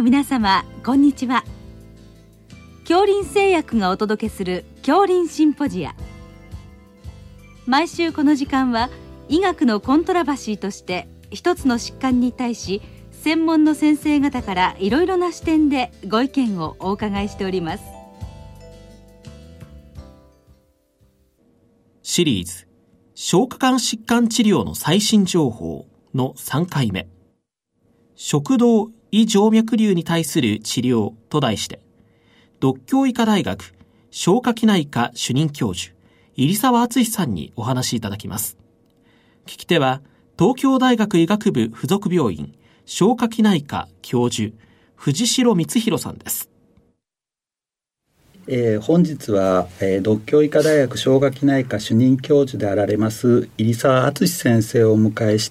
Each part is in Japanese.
の皆様、こんにちは。杏林製薬がお届けする杏林シンポジア。毎週この時間は医学のコントラバシーとして一つの疾患に対し専門の先生方からいろいろな視点でご意見をお伺いしております。 シリーズ消化管疾患治療の最新情報の3回目、食道胃静脈瘤に対する治療と題して、獨協医科大学消化器内科主任教授入澤敦さんにお話しいただきます。聞き手は東京大学医学部附属病院消化器内科教授藤代光弘さんです。 本日は、獨協医科大学消化器内科主任教授であられます入澤敦先生をお迎えして、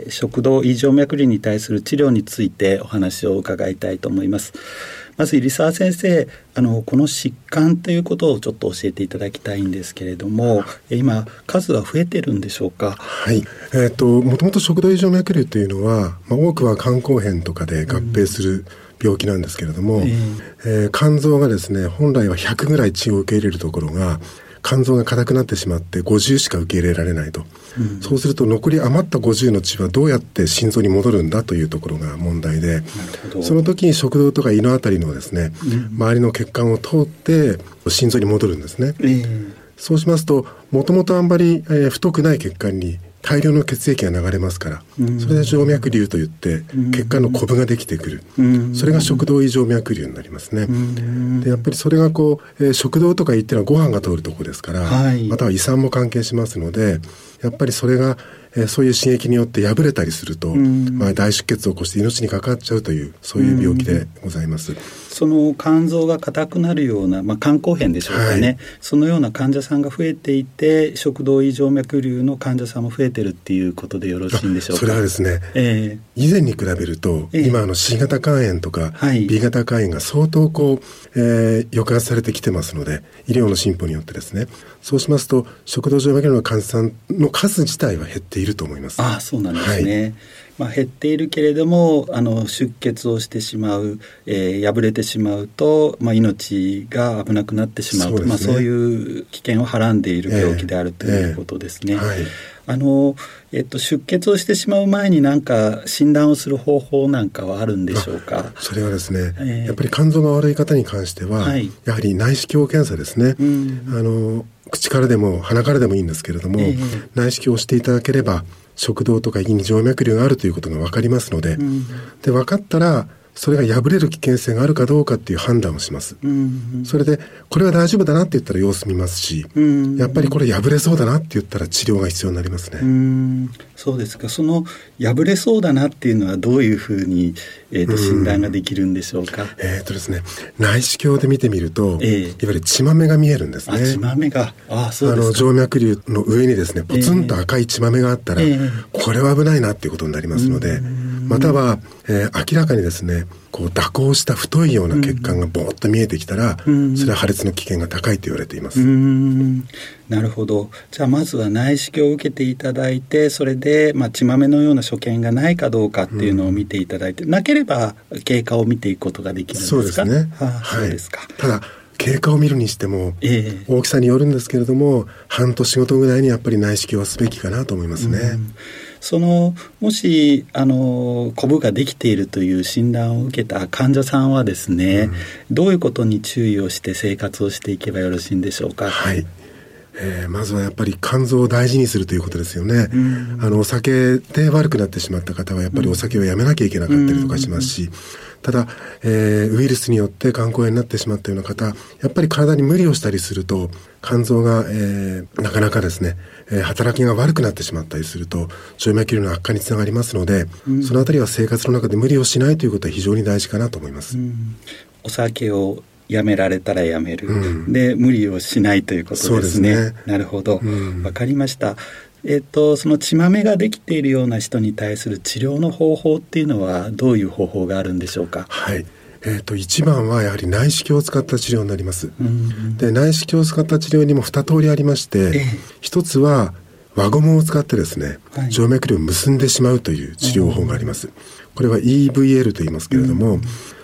食道胃静脈瘤に対する治療についてお話を伺いたいと思います。まず入澤先生、この疾患ということをちょっと教えていただきたいんですけれども、今数は増えてるんでしょうか？ はい、もともと食道胃静脈瘤というのは、多くは肝硬変とかで合併する、病気なんですけれども、肝臓がですね、本来は100ぐらい血を受け入れるところが肝臓が硬くなってしまって50しか受け入れられないと、そうすると残り余った50の血はどうやって心臓に戻るんだというところが問題で、その時に食道とか胃のあたりのですね、周りの血管を通って心臓に戻るんですね。そうしますと、もともとあんまり、太くない血管に大量の血液が流れますから、それで静脈瘤といって血管のコブができてくる、それが食道胃静脈瘤になりますね。でやっぱりそれが食道とか胃っていうのはご飯が通るところですから、または胃酸も関係しますので、やっぱりそれがそういう刺激によって破れたりすると、大出血を起こして命に関わっちゃうという、そういう病気でございます。 その肝臓が硬くなるような、肝硬変でしょうかね、そのような患者さんが増えていて、食道胃静脈瘤の患者さんも増えてるっていうことでよろしいんでしょうか？ それはですね、以前に比べると、今C 型肝炎とか、B 型肝炎が相当抑圧されてきてますので、医療の進歩によってですね、そうしますと食道静脈瘤の患者さんの数自体は減っていると思います。 そうなんですね。減っているけれども、出血をしてしまう、破れてしまうと、命が危なくなってしまうと、そういう危険をはらんでいる病気であるということですね。出血をしてしまう前に何か診断をする方法なんかはあるんでしょうか？ それはですね、やっぱり肝臓が悪い方に関しては、やはり内視鏡検査ですね。口からでも鼻からでもいいんですけれども、内視鏡をしていただければ食道とか胃に静脈瘤があるということが分かりますので、で分かったらそれが破れる危険性があるかどうかっていう判断をします。それでこれは大丈夫だなって言ったら様子見ますし、やっぱりこれ破れそうだなって言ったら治療が必要になりますね。 そうですか。その破れそうだなっていうのはどういうふうに、診断ができるんでしょうか？ ですね、内視鏡で見てみると、いわゆる血豆が見えるんですね。 血豆が、そうですか。 静脈瘤の上にですね、ポツンと赤い血豆があったら、これは危ないなっていうことになりますので、または、明らかにですね、蛇行した太いような血管がボーッと見えてきたら、それは破裂の危険が高いと言われています。 なるほど。じゃあまずは内視鏡を受けていただいて、それで、血豆のような所見がないかどうかっていうのを見ていただいて、なければ経過を見ていくことができるんですか？ そうですね。 そうですか。 ただ経過を見るにしても、大きさによるんですけれども、半年ごとぐらいにやっぱり内視鏡はすべきかなと思いますね。 もしコブができているという診断を受けた患者さんはですね、どういうことに注意をして生活をしていけばよろしいんでしょうか？ まずはやっぱり肝臓を大事にするということですよね。お酒で悪くなってしまった方はやっぱりお酒をやめなきゃいけなかったりとかしますし、ただ、ウイルスによって肝硬変になってしまったような方、やっぱり体に無理をしたりすると肝臓が、なかなかですね、働きが悪くなってしまったりすると静脈瘤の悪化につながりますので、そのあたりは生活の中で無理をしないということは非常に大事かなと思います。 お酒をやめられたらやめる、で無理をしないということですね。そうですね。なるほど、わかりました。その血豆ができているような人に対する治療の方法っていうのはどういう方法があるんでしょうか？ 一番はやはり内視鏡を使った治療になります。で内視鏡を使った治療にも2通りありまして、一つは輪ゴムを使ってですね、静脈瘤を結んでしまうという治療法があります。これは EVL と言いますけれども、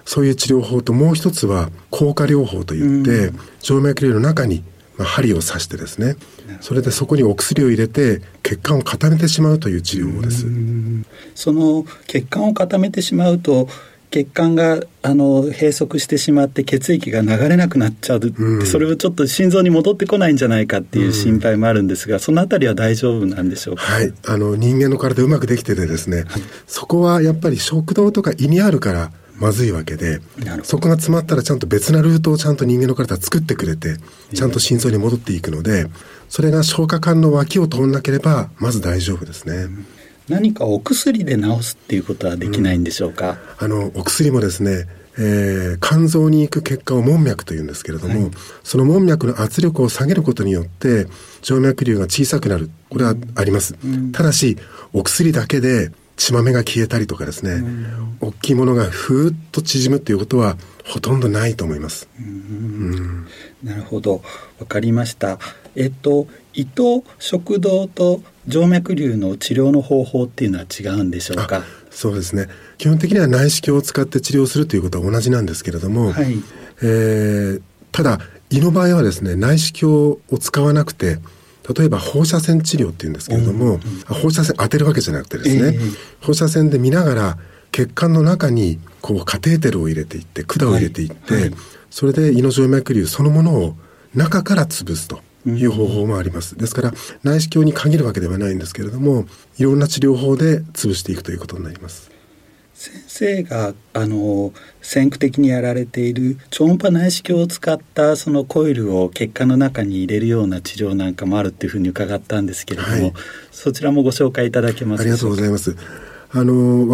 そういう治療法と、もう一つは硬化療法といって、静脈瘤の中に針を刺してですね、それでそこにお薬を入れて血管を固めてしまうという治療法です。 その血管を固めてしまうと、血管が閉塞してしまって血液が流れなくなっちゃう、それをちょっと心臓に戻ってこないんじゃないかっていう心配もあるんですが、そのあたりは大丈夫なんでしょうか？ はい、人間の体うまくできててですね、そこはやっぱり食道とか胃にあるからまずいわけで、そこが詰まったらちゃんと別なルートをちゃんと人間の体は作ってくれて、ちゃんと心臓に戻っていくので、それが消化管の脇を通んなければまず大丈夫ですね。 何かお薬で治すっていうことはできないんでしょうか？ お薬もですね、肝臓に行く血管を門脈というんですけれども、その門脈の圧力を下げることによって静脈瘤が小さくなる、これはあります。ただしお薬だけで血豆が消えたりとかですね、大きいものがふーっと縮むということはほとんどないと思います。 なるほど、わかりました。胃と食道と静脈瘤の治療の方法っていうのは違うんでしょうか？ そうですね、基本的には内視鏡を使って治療するということは同じなんですけれども、ただ胃の場合はですね、内視鏡を使わなくて、例えば放射線治療っていうんですけれども、放射線当てるわけじゃなくてですね、放射線で見ながら血管の中にこうカテーテルを入れていって、管を入れていって、それで胃の静脈瘤そのものを中から潰すという方法もあります。ですから内視鏡に限るわけではないんですけれども、いろんな治療法で潰していくということになります。 先生が先駆的にやられている超音波内視鏡を使ったそのコイルを血管の中に入れるような治療なんかもあるっていうふうに伺ったんですけれども、そちらもご紹介いただけますでしょうか？ありがとうございます。我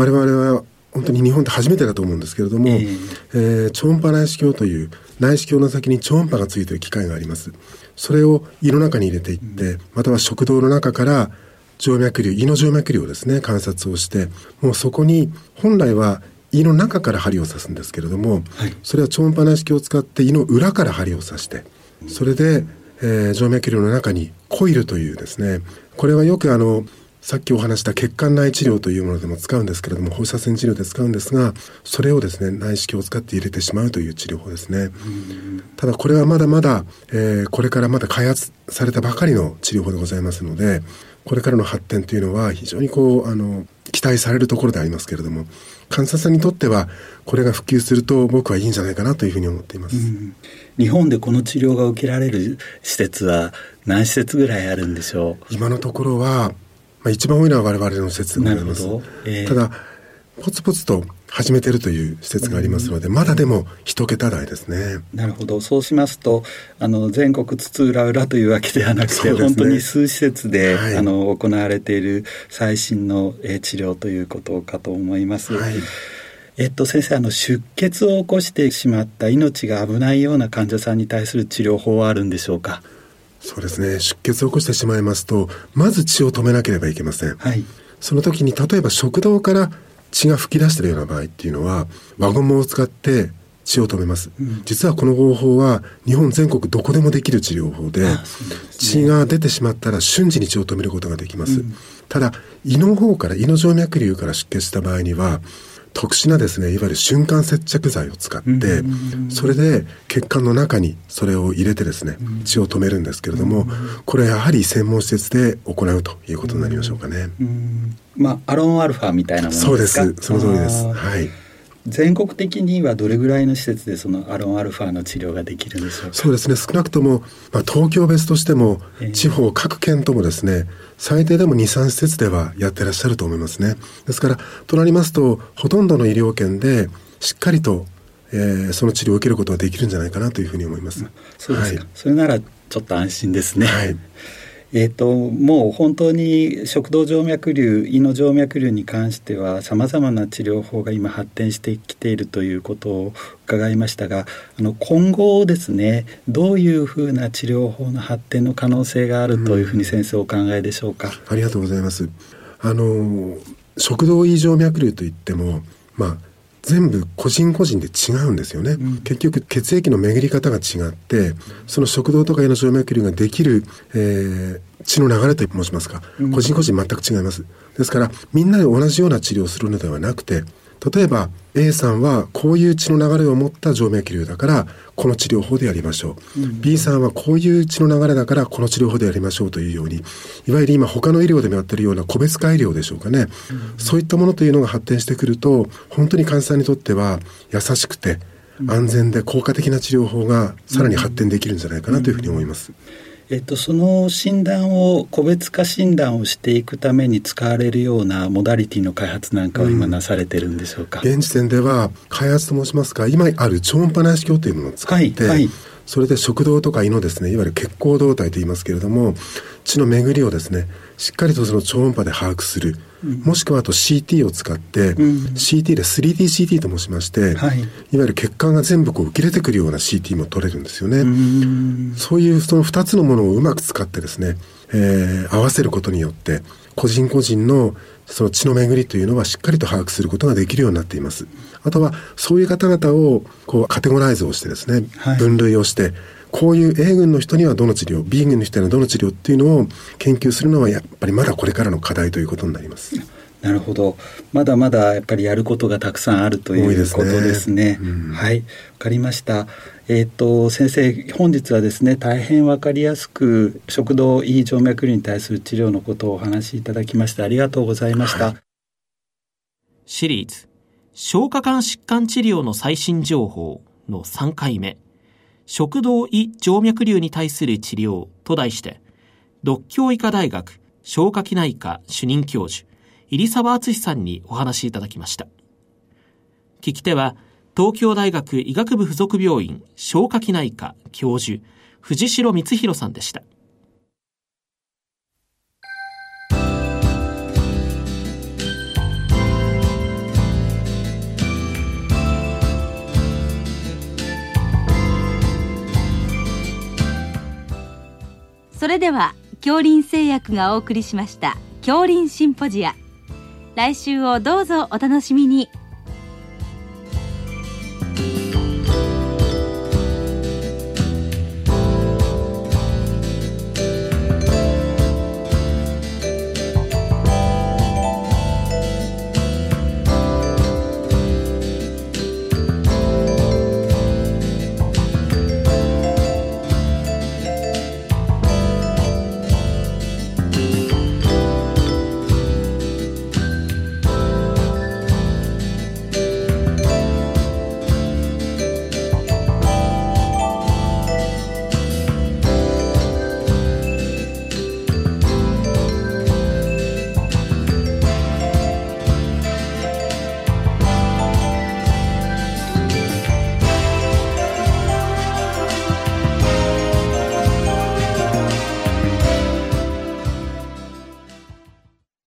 々は本当に日本で初めてだと思うんですけれども、超音波内視鏡という内視鏡の先に超音波がついている機械があります。それを胃の中に入れていって、または食道の中から静脈瘤、胃の静脈瘤をですね観察をして、もうそこに本来は胃の中から針を刺すんですけれども、それは超音波内視鏡を使って胃の裏から針を刺して、それで、静脈瘤の中にコイルというですね、これはよくさっきお話した血管内治療というものでも使うんですけれども、放射線治療で使うんですが、それをですね内視鏡を使って入れてしまうという治療法ですね。ただこれはまだまだ、これからまだ開発されたばかりの治療法でございますので、これからの発展というのは非常に期待されるところでありますけれども、患者さんにとってはこれが普及すると僕はいいんじゃないかなというふうに思っています。 日本でこの治療が受けられる施設は何施設ぐらいあるんでしょう？ 今のところは、一番多いのは我々の施設でございます。ただポツポツと始めているという施設がありますので、まだでも一桁台ですね。 なるほど。そうしますと全国津々浦々というわけではなくて、本当に数施設で、行われている最新の、治療ということかと思います。先生、出血を起こしてしまった命が危ないような患者さんに対する治療法はあるんでしょうか？ そうですね、出血を起こしてしまいますと、まず血を止めなければいけません。その時に例えば食道から血が噴き出しているような場合っていうのは、輪ゴムを使って血を止めます。実はこの方法は日本全国どこでもできる治療法で、血が出てしまったら瞬時に血を止めることができます。ただ胃の方から、胃の静脈瘤から出血した場合には特殊なですね、いわゆる瞬間接着剤を使って、それで血管の中にそれを入れてですね、血を止めるんですけれども、これはやはり専門施設で行うということになりましょうかね。 アロンアルファみたいなものですか？ そうです、その通りです。 全国的にはどれぐらいの施設でそのアロンアルファの治療ができるんでしょうか？ そうですね、少なくとも、東京別としても、地方各県ともですね、最低でも 2,3 施設ではやってらっしゃると思いますね。ですからとなりますと、ほとんどの医療圏でしっかりと、その治療を受けることができるんじゃないかなというふうに思います。 そうですか。それならちょっと安心ですね。もう本当に食道静脈瘤、胃の静脈瘤に関してはさまざまな治療法が今発展してきているということを伺いましたが、今後ですね、どういうふうな治療法の発展の可能性があるというふうに先生お考えでしょうか？ ありがとうございます。食道胃静脈瘤といっても、全部個人個人で違うんですよね。結局血液の巡り方が違って、その食道とか胃の静脈瘤ができる、血の流れと申しますか、個人個人全く違います。ですからみんなで同じような治療をするのではなくて、 例えば A さんはこういう血の流れを持った静脈瘤だからこの治療法でやりましょう、B さんはこういう血の流れだからこの治療法でやりましょうというように、いわゆる今他の医療でもやっているような個別化医療でしょうかね、そういったものというのが発展してくると、本当に患者さんにとっては優しくて安全で効果的な治療法がさらに発展できるんじゃないかなというふうに思います。 その診断を個別化診断をしていくために使われるようなモダリティの開発なんかは今なされてるんでしょうか。 現時点では開発と申しますか、今ある超音波内視鏡というものを使って、それで食道とか胃のですね、いわゆる血行動態と言いますけれども、血の巡りをですね、しっかりとその超音波で把握する、もしくはあと CT を使って、CT で 3DCT と申しまして、いわゆる血管が全部浮き出てくるような CT も取れるんですよね。そういうその2つのものをうまく使ってですね、合わせることによって個人個人のその血の巡りというのはしっかりと把握することができるようになっています。あとはそういう方々をこうカテゴライズをしてですね、分類をして、こういう A 群の人にはどの治療、B 群の人にはどの治療っていうのを研究するのはやっぱりまだこれからの課題ということになります。 なるほど。まだまだやっぱりやることがたくさんあるということですね。はい、わかりました。先生、本日はですね、大変わかりやすく食道胃静脈瘤に対する治療のことをお話しいただきましてありがとうございました。 シリーズ消化管疾患治療の最新情報の3回目、食道胃静脈瘤に対する治療と題して、獨協医科大学消化器内科主任教授入澤敦さんにお話しいただきました。聞き手は東京大学医学部附属病院消化器内科教授藤代光弘さんでした。 それでは杏林製薬がお送りしました杏林シンポジア、来週をどうぞお楽しみに。